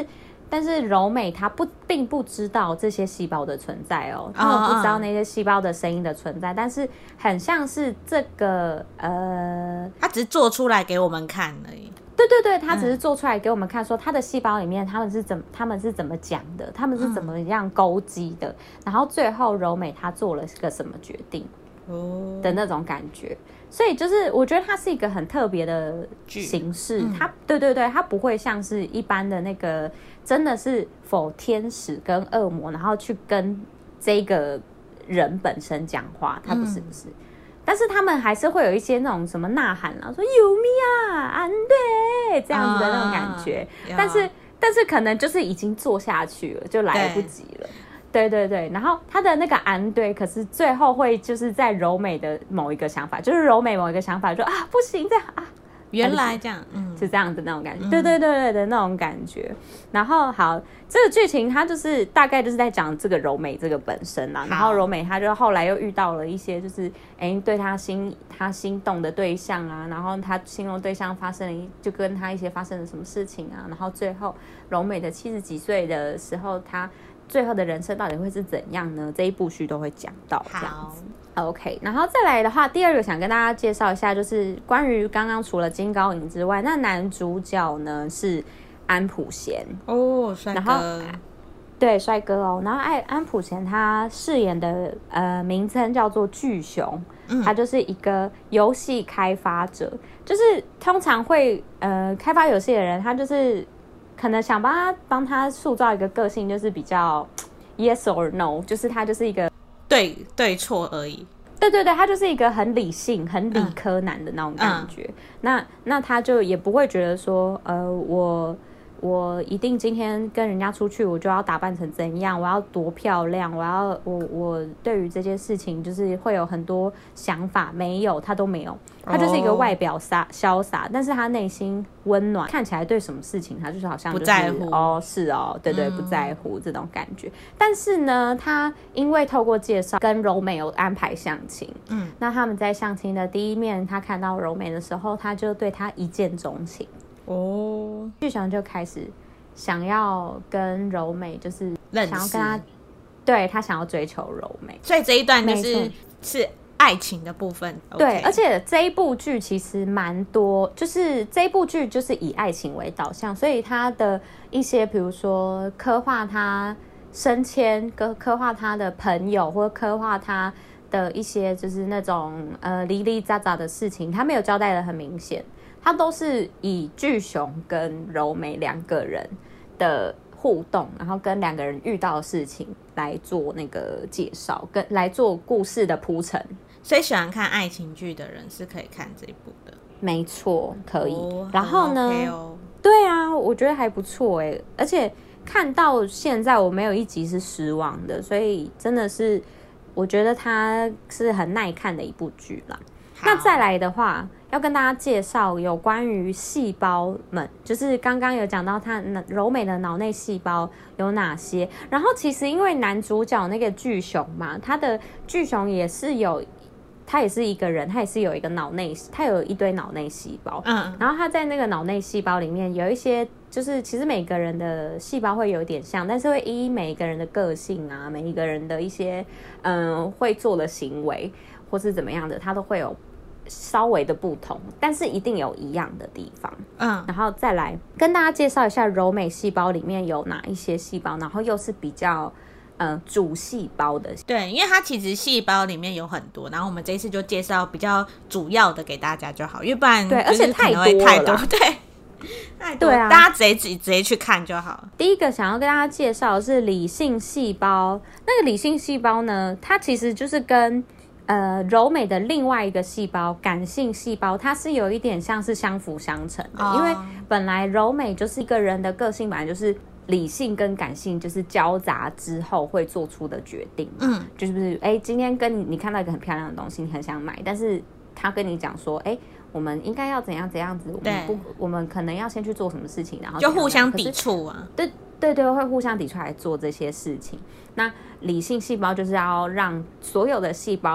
但是柔美她不并不知道这些细胞的存在哦，他们不知道那些细胞的声音的存在，但是很像是这个呃， 他只是做出来给我们看而已。 对对对，他只是做出来给我们看，说他的细胞里面他们是怎他们是怎么讲的，他们是怎么样勾稽的，嗯、然后最后柔美她做了个什么决定的那种感觉。所以就是我觉得它是一个很特别的形式，嗯、它对对对，它不会像是一般的那个真的是否天使跟恶魔，然后去跟这个人本身讲话，它不是不是。嗯，但是他们还是会有一些那种什么呐喊啦，说有咪啊，安对这样子的那种感觉，啊、但是但是可能就是已经做下去了，就来不及了。对对对，然后他的那个安对，可是最后会就是在柔美的某一个想法，就是柔美某一个想法，就啊不行这样啊。 原来这样，嗯， 是这样的那种感觉，嗯、对对对对的那种感觉。然后好，这个剧情它就是大概就是在讲这个柔美这个本身啦。然后柔美她就后来又遇到了一些就是哎对她心她心动的对象啊，然后她心动对象发生了一就跟她一些发生了什么事情啊，然后最后柔美的七十几岁的时候，她最后的人生到底会是怎样呢？这一部剧都会讲到这样子。OK， 然后再来的话，第二个想跟大家介绍一下，就是关于刚刚除了金高银之外，那男主角呢是安普贤哦，帅哥， 然后对帅哥哦，然后安安普贤他饰演的呃名称叫做巨雄，嗯、他就是一个游戏开发者，就是通常会呃开发游戏的人，他就是可能想帮他帮他塑造一个个性，就是比较 yes or no， 就是他就是一个。 对对错而已， 对对对，他就是一个很理性、很理科男的那种感觉。嗯、那那他就也不会觉得说，呃，我我一定今天跟人家出去，我就要打扮成怎样，我要多漂亮，我要我我对于这件事情就是会有很多想法，没有他都没有，他就是一个外表洒潇洒，但是他内心温暖，看起来对什么事情他就是好像、就是、 不在乎哦，是哦，对对，不在乎、嗯、这种感觉。但是呢，他因为透过介绍跟柔美有安排相亲，嗯，那他们在相亲的第一面，他看到柔美的时候，他就对他一见钟情。哦，巨雄就开始想要跟柔美，就是想要跟他，对他想要追求柔美， 所以这一段就是是爱情的部分。 对， okay. 而且这一部剧其实蛮多，就是这一部剧就是以爱情为导向，所以他的一些比如说刻画他升迁，刻刻画他的朋友，或者刻画他的一些就是那种呃零零杂杂的事情，他没有交代的很明显。他都是以巨雄跟柔美两个人的互动，然后跟两个人遇到的事情来做那个介绍，跟来做故事的铺陈。 所以喜欢看爱情剧的人是可以看这一部的。 没错，可以。 哦、 然后呢、 OK 哦？ 对啊，我觉得还不错哎，而且看到现在我没有一集是失望的，所以真的是我觉得它是很耐看的一部剧啦。那再来的话，要跟大家介绍有关于细胞们，就是刚刚有讲到他柔美的脑内细胞有哪些。然后其实因为男主角那个巨雄嘛，他的巨雄也是有，他也是一个人，他也是有一个脑内，他有一堆脑内细胞。嗯，然后他在那个脑内细胞里面有一些，就是其实每个人的细胞会有点像，但是会依每一个人的个性啊，每一个人的一些嗯会做的行为或是怎么样的，他都会有稍微的不同，但是一定有一样的地方。嗯，然后再来跟大家介绍一下柔美细胞里面有哪一些细胞，然后又是比较呃主细胞的。 对，因为它其实细胞里面有很多，然后我们这一次就介绍比较主要的给大家就好，因为不然对，而且太多了，太多，对，太多，对啊，大家直接直接去看就好。 第一个想要跟大家介绍的是理性细胞，那个理性细胞呢，它其实就是跟呃，柔美的另外一个细胞感性细胞，它是有一点像是相辅相成的、哦、因为本来柔美就是一个人的个性本来就是理性跟感性就是交杂之后会做出的决定，嗯，就是不是哎，今天跟你你看到一个很漂亮的东西，你很想买，但是他跟你讲说哎，我们应该要怎样怎样子，我们不我们可能要先去做什么事情，然后就互相抵触啊， 对对对，会互相抵触来做这些事情。那理性细胞就是要让所有的细胞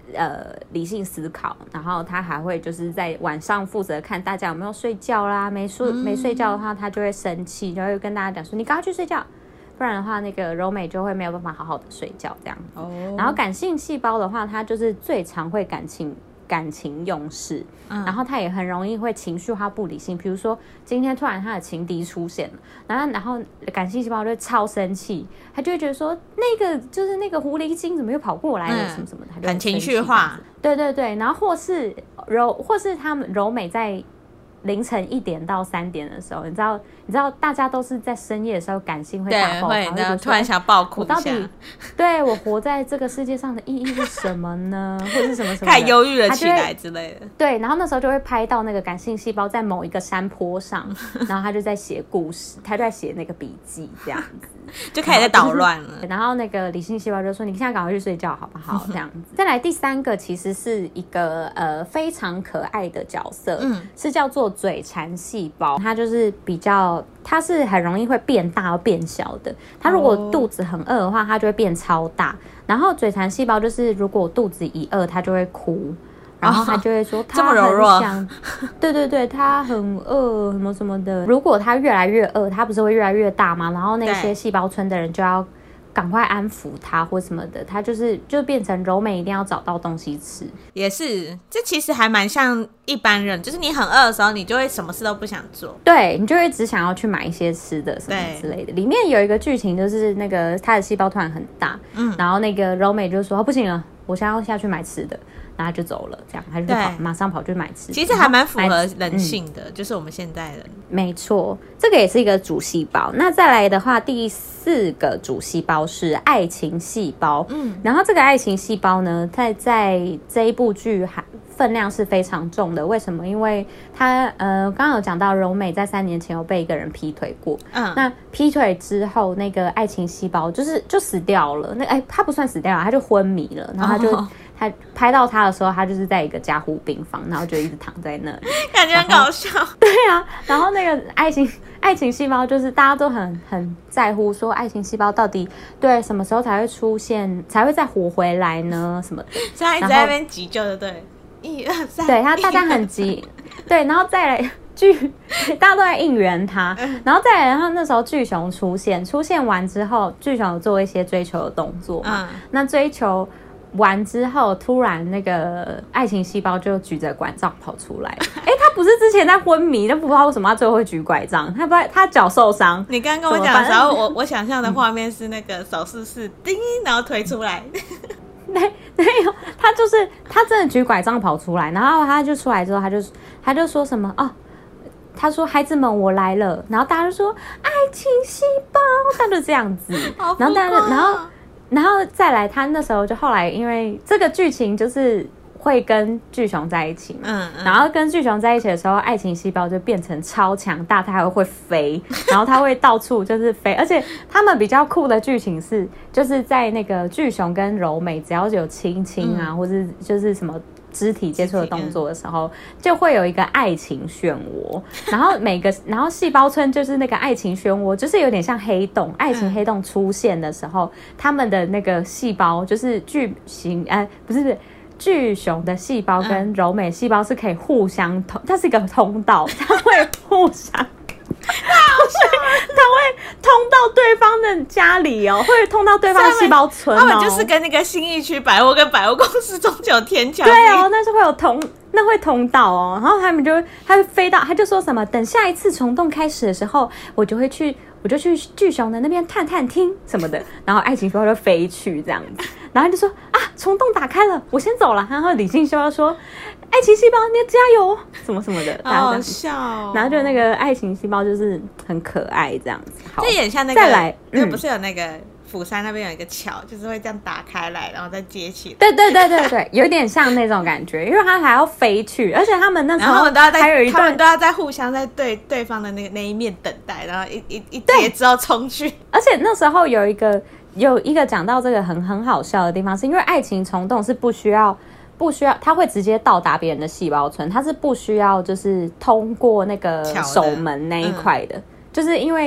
呃理性思考，然后他还会就是在晚上负责看大家有没有睡觉啦，没睡没睡觉的话，他就会生气，就会跟大家讲说你赶快去睡觉。不然的话，那个柔美就会没有办法好好的睡觉这样。哦。然后感性细胞的话，它就是最常会感情感情用事，嗯、然后它也很容易会情绪化不理性。比如说今天突然他的情敌出现了，然后然后感性细胞就会超生气，他就会觉得说那个就是那个狐狸精怎么又跑过来了、嗯、什么什么的，他就很情绪化。 对对对，然后或是柔或是他们柔美在凌晨一点到三点的时候，你知道，你知道大家都是在深夜的时候感性会大爆发， 会会突然想爆哭一下。 我到底对我活在这个世界上的意义是什么呢？或者是什么什么？ 太忧郁了起来之类的。 对，然后那时候就会拍到那个感性细胞在某一个山坡上，然后他就在写故事，他就在写那个笔记这样子。 就开始在捣乱了、 就是，然后那个理性细胞就说：“你现在赶快去睡觉好不好？”这样子。再来第三个，其实是一个呃非常可爱的角色，嗯，是叫做嘴馋细胞。它就是比较，它是很容易会变大或变小的。它如果肚子很饿的话，它就会变超大。然后嘴馋细胞就是如果肚子一饿，它就会哭。然后他就会说、哦、他很想，这么柔弱对对对，他很饿什么什么的。如果他越来越饿，他不是会越来越大吗？然后那些细胞村的人就要赶快安抚他或什么的，他就是就变成柔美一定要找到东西吃。 也是，这其实还蛮像一般人，就是你很饿的时候，你就会什么事都不想做， 对，你就会只想要去买一些吃的什么之类的。里面有一个剧情就是那个他的细胞突然很大，嗯，然后那个柔美就说、哦、不行了，我现在要下去买吃的。然后他就走了，这样他就跑，马上跑去买吃。 其实还蛮符合人性的、嗯，就是我们现在人。 没错，这个也是一个主细胞。那再来的话，第四个主细胞是爱情细胞。嗯，然后这个爱情细胞呢，它在这一部剧还分量是非常重的。为什么？因为他呃，刚刚有讲到柔美在三年前有被一个人劈腿过。嗯，那劈腿之后，那个爱情细胞就是就死掉了。那哎，他不算死掉了，他就昏迷了，然后他就。哦他拍到他的时候，他就是在一个加护病房，然后就一直躺在那里， 感觉很搞笑。 对啊，然后那个爱情爱情细胞就是大家都很很在乎，说爱情细胞到底对什么时候才会出现，才会再活回来呢？什么的， 所以他一直在那边急救的，对，一二三， 对他大家很急，对，然后再来。巨大家都在应援他，然后再来，然后那时候巨熊出现，出现完之后，巨熊有做一些追求的动作嘛，嗯、那追求。完之后，突然那个爱情细胞就举着拐杖跑出来。哎、欸，他不是之前在昏迷，都不知道为什么他最后会举拐杖。他不，他脚受伤。 你刚刚跟我讲的时候，我我想象的画面是那个手势是叮，然后推出来。 对，没有，他就是他真的举拐杖跑出来，然后他就出来之后，他就他就说什么哦。他说：“孩子们，我来了。”然后大家就说：“爱情细胞。”他就这样子，然后大家，然后。然后再来，他那时候就后来，因为这个剧情就是会跟巨熊在一起嘛，嗯嗯，然后跟巨熊在一起的时候，爱情细胞就变成超强大，它还会飞，然后它会到处就是飞，而且他们比较酷的剧情是，就是在那个巨熊跟柔美只要有亲亲啊，嗯、或是就是什么。肢体接触的动作的时候，就会有一个爱情漩涡，然后每个，然后细胞村就是那个爱情漩涡，就是有点像黑洞。爱情黑洞出现的时候，他们的那个细胞就是巨型，呃，不是不是。巨熊的细胞跟柔美细胞是可以互相通，它是一个通道，它会互相。他会，他会通到对方的家里哦，会通到对方的细胞村哦。 他们就是跟那个信义区百货跟百货公司中间有天桥。 对哦，那是会有通，那会通道哦。然后他们就会，他会飞到，他就说什么，等下一次虫洞开始的时候，我就会去，我就去巨熊的那边探探听什么的。然后爱情细胞就飞去这样子，然后就说啊，虫洞打开了，我先走了。然后理性细胞说。爱情细胞，你要加油，什么什么的， 好好笑哦。 然后就那个爱情细胞就是很可爱这样子， 这有点像那个，再来，嗯，不是有那个釜山那边有一个桥，就是会这样打开来，然后再接起来。 对对对对对，有点像那种感觉，因为他还要飞去，而且他们那时候他们都要在， 还有一段他们都要在互相在对对方的那个那一面等待，然后一一一接之后冲去。 而且那时候有一个有一个讲到这个很很好笑的地方，是因为爱情虫洞是不需要。不需要，它会直接到达别人的细胞村，它是不需要就是通过那个守门那一块的，嗯、就是因为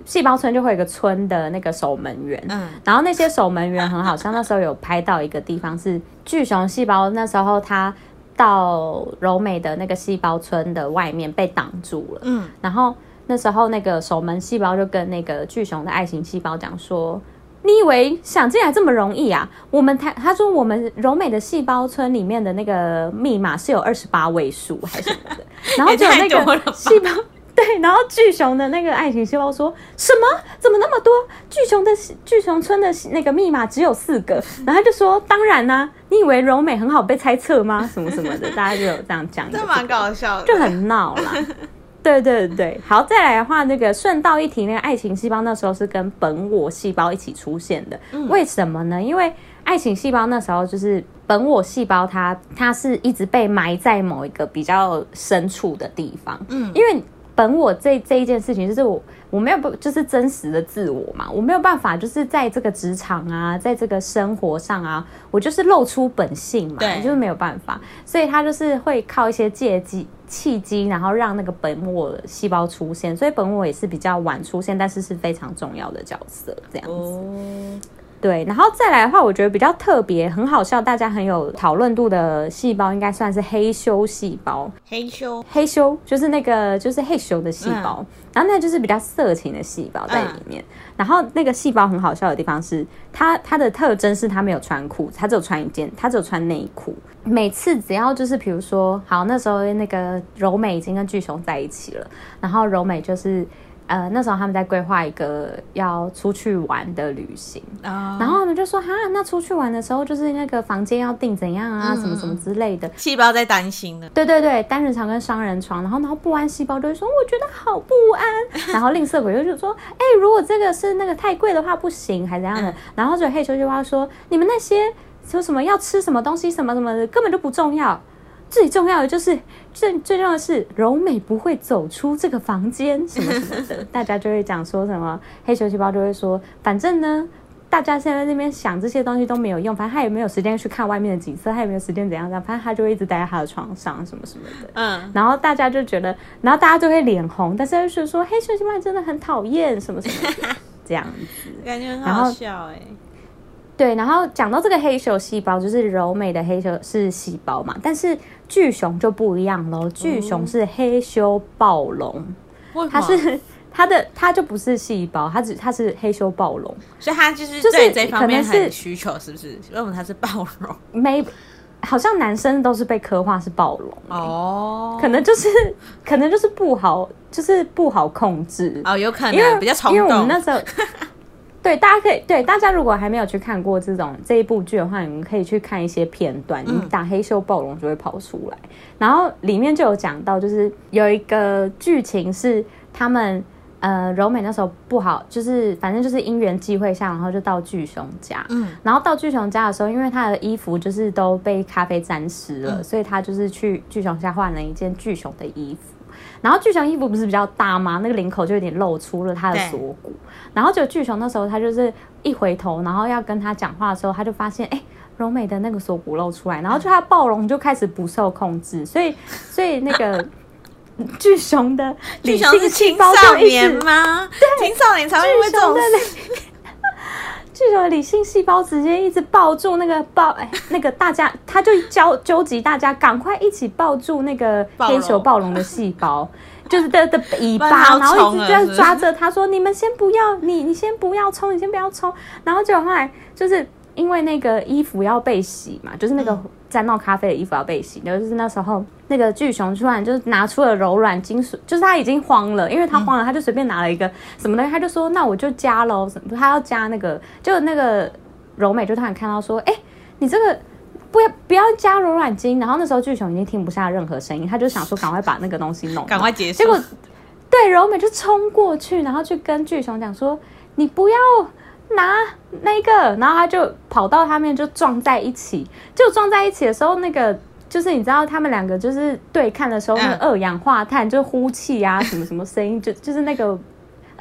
细胞村就会有一个村的那个守门员，嗯，然后那些守门员很好像那时候有拍到一个地方是巨熊细胞，那时候他到柔美的那个细胞村的外面被挡住了，嗯，然后那时候那个守门细胞就跟那个巨熊的爱情细胞讲说，你以为想进来这么容易啊？我们他他说我们柔美的细胞村里面的那个密码是有二十八位数还是什么的，然后就有那个细胞。对，然后巨熊的那个爱情细胞说什么？怎么那么多？巨熊的巨熊村的那个密码只有四个，然后他就说当然啦、啊，你以为柔美很好被猜测吗？什么什么的，大家就有这样讲， 这蛮搞笑的， 就很闹啦。对对对，好，再来的话，那个顺道一提，那个爱情细胞那时候是跟本我细胞一起出现的，嗯、为什么呢？因为爱情细胞那时候就是本我细胞它，它是一直被埋在某一个比较深处的地方，嗯，因为本我这这一件事情，就是我我没有就是真实的自我嘛，我没有办法就是在这个职场啊，在这个生活上啊，我就是露出本性嘛，对，就是没有办法，所以他就是会靠一些借机契机，然后让那个本我细胞出现，所以本我也是比较晚出现，但是是非常重要的角色，这样子。哦，对，然后再来的话，我觉得比较特别、很好笑，大家很有讨论度的细胞，应该算是黑羞细胞。 黑羞， 黑羞就是那个就是黑羞的细胞，嗯、然后那就是比较色情的细胞在里面。嗯、然后那个细胞很好笑的地方是，它它的特征是它没有穿裤子，它只有穿一件，它只有穿内裤。每次只要就是比如说，好，那时候那个柔美已经跟巨熊在一起了，然后柔美就是。呃，那时候他们在规划一个要出去玩的旅行， oh. 然后他们就说哈，那出去玩的时候就是那个房间要订怎样啊，嗯、什么什么之类的。 细胞在担心的， 对对对，单人床跟双人床，然后然后不安细胞就会说我觉得好不安，然后吝啬鬼就说，哎、欸，如果这个是那个太贵的话不行，还怎样的，嗯、然后就黑球就话说，你们那些说什么要吃什么东西什么什么的根本就不重要。最重要的就是最最重要的是柔美不会走出这个房间什么什么的，大家就会讲说什么黑球细胞就会说，反正呢，大家现在在那边想这些东西都没有用，反正他也没有时间去看外面的景色，他也没有时间怎样怎样，反正他就会一直待在他的床上什么什么的。嗯，然后大家就觉得，然后大家都会脸红，但是就说黑球细胞真的很讨厌什么什么的这样子， 感觉很好笑哎、欸。 对，然后讲到这个黑球细胞，就是柔美的黑球是细胞嘛，但是巨熊就不一样咯，巨熊是黑羞暴龙，嗯、它是它的它就不是细胞，它只它是黑羞暴龙， 所以它就是对这方面很需求，是不是？为什么它是暴龙？ 没，好像男生都是被刻画是暴龙、欸、哦，可能就是可能就是不好，就是不好控制哦，有可能因为比较冲动， 因为我们那时候。对，大家可以对大家如果还没有去看过这种这一部剧的话，你们可以去看一些片段，你打黑羞暴龙就会跑出来。然后里面就有讲到，就是有一个剧情是他们呃柔美那时候不好，就是反正就是因缘际会下，然后就到巨熊家。嗯，然后到巨熊家的时候，因为他的衣服就是都被咖啡沾湿了，嗯、所以他就是去巨熊家换了一件巨熊的衣服。然后巨熊衣服不是比较大吗？那个领口就有点露出了他的锁骨。然后就巨熊那时候他就是一回头，然后要跟他讲话的时候，他就发现哎，柔美的那个锁骨露出来，然后就他暴龙就开始不受控制，所以所以那个巨熊的理性细胞就一直，巨熊是青少年吗？对，青少年才会因为这种事。 巨熊的理性细胞直接一直抱住那个抱、哎、那个大家，他就纠纠集大家赶快一起抱住那个黑球暴龙的细胞，就是的的尾巴，然后一直就抓着他说：“你们先不要，你你先不要冲，你先不要冲。”然后结果后来就是因为那个衣服要被洗嘛，就是那个沾到咖啡的衣服要被洗，嗯、就是那时候那个巨熊突然就是拿出了柔软金属，就是他已经慌了，因为他慌了，嗯、他就随便拿了一个什么东西，他就说：“那我就加咯，他要加那个，就那个柔美就突然看到说：“哎、欸，你这个。”不要不要加柔软精，然后那时候巨熊已经听不下任何声音，他就想说赶快把那个东西弄， 赶快结束。 结果对柔美就冲过去，然后去跟巨熊讲说：“你不要拿那个。”然后他就跑到他们就撞在一起，就撞在一起的时候，那个就是你知道他们两个就是对看的时候，那个二氧化碳就呼气啊，什么什么声音，就就是那个。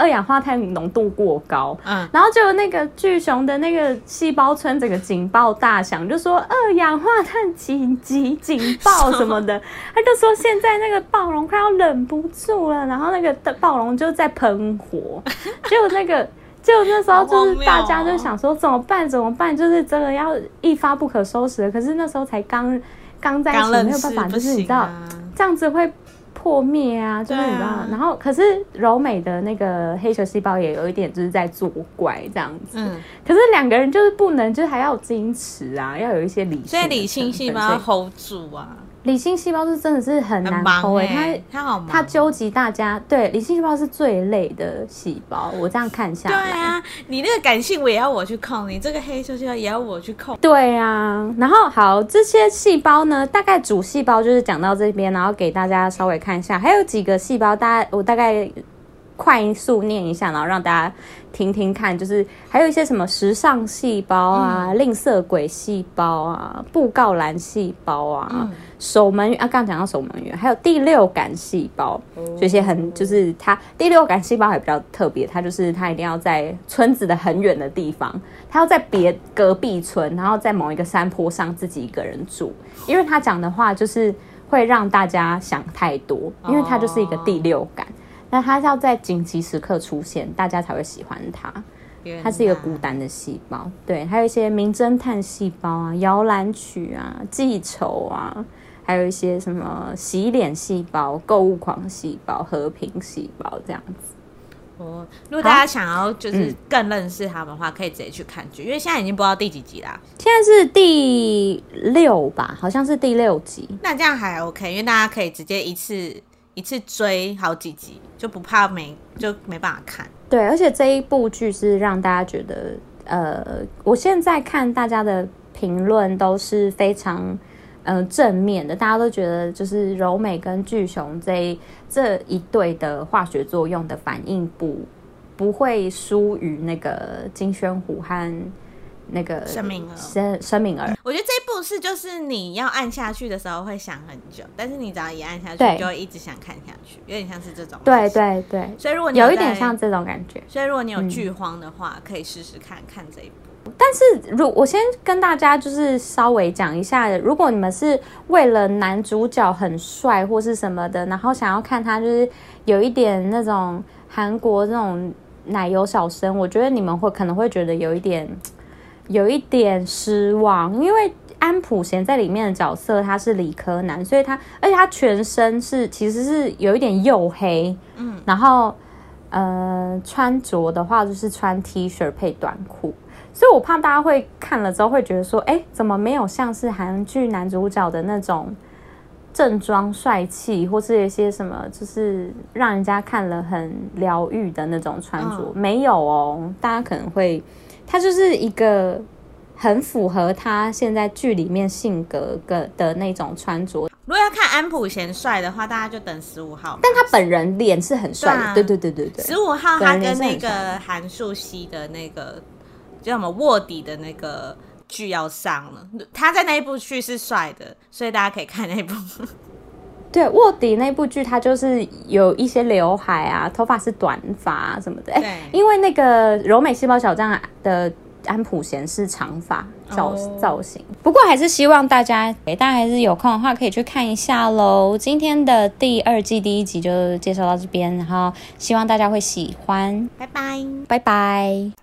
二氧化碳浓度过高，嗯，然后就那个巨熊的那个细胞村整个警报大响，就说二氧化碳紧急警报什么的，他就说现在那个暴龙快要忍不住了，然后那个暴龙就在喷火，结果那个。就那时候就是大家就想说怎么办怎么办，就是真的要一发不可收拾了。可是那时候才刚刚在一起，没有办法，就是你知道这样子会破灭啊，就是你知道。啊、然后可是柔美的那个黑球细胞也有一点就是在作怪这样子。嗯。可是两个人就是不能，就是还要有矜持啊，要有一些理性。 所以理性细胞要 hold 住啊。 理性细胞是真的是很难 hold 欸，它它好忙， 它纠集大家。对，理性细胞是最累的细胞，我这样看下来。 对啊，你那个感性我也要我去控，你这个黑球细胞也要我去控。 对啊，然后好，这些细胞呢，大概主细胞就是讲到这边，然后给大家稍微看一下，还有几个细胞，大家我大概快速念一下，然后让大家听听看，就是还有一些什么时尚细胞啊、嗯、吝啬鬼细胞啊、布告栏细胞啊、嗯、守门员啊，刚刚讲到守门员，还有第六感细胞，这些很就是它第六感细胞还比较特别，它就是它一定要在村子的很远的地方，它要在别隔壁村，然后在某一个山坡上自己一个人住，因为它讲的话就是会让大家想太多，因为它就是一个第六感。那它要在紧急时刻出现，大家才会喜欢它。它是一个孤单的细胞，对，还有一些名侦探细胞啊、摇篮曲啊、记仇啊，还有一些什么洗脸细胞、购物狂细胞、和平细胞这样子。 哦，如果大家想要就是更认识他们的话，嗯、可以直接去看剧，因为现在已经播到第几集啦？ 现在是第六吧，好像是第六集。 那这样还 OK， 因为大家可以直接一次。一次追好几集，就不怕没就没办法看。 对，而且这一部剧是让大家觉得，呃，我现在看大家的评论都是非常呃正面的，大家都觉得就是柔美跟巨熊这一这一对的化学作用的反应不不会输于那个金宣虎和那个申敏儿， 申申敏儿， 我觉得这一部是就是你要按下去的时候会想很久，但是你只要一按下去，就会一直想看下去，有点像是这种。 对对对， 所以如果你有, 有一点像这种感觉。 所以如果你有剧荒的话，嗯、可以试试看看这一部。 但是如我先跟大家就是稍微讲一下，如果你们是为了男主角很帅或是什么的，然后想要看他就是有一点那种韩国那种奶油小生，我觉得你们会可能会觉得有一点。有一点失望，因为安普贤在里面的角色他是理科男，所以他而且他全身是其实是有一点黝黑，嗯，然后呃穿着的话就是穿 T 恤配短裤，所以我怕大家会看了之后会觉得说，哎，怎么没有像是韩剧男主角的那种正装帅气，或是有一些什么就是让人家看了很疗愈的那种穿着，嗯、没有哦，大家可能会。他就是一个很符合他现在剧里面性格的那种穿着。 如果要看安普贤帅的话，大家就等十五号。 但他本人脸是很帅的，对、啊、对对对对。 十五号他跟那个韩素汐的那个叫什么卧底的那个剧要上了，他在那一部剧是帅的，所以大家可以看那一部。 对，卧底那部剧，他就是有一些刘海啊，头发是短发、啊、什么的。哎，因为那个柔美细胞小将的安普贤是长发造、oh. 造型。不过还是希望大家，大家还是有空的话可以去看一下咯。今天的第二季第一集就介绍到这边，然后希望大家会喜欢。 拜拜， 拜拜。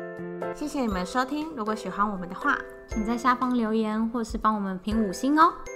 谢谢你们收听，如果喜欢我们的话， 请在下方留言或是帮我们评五星哦。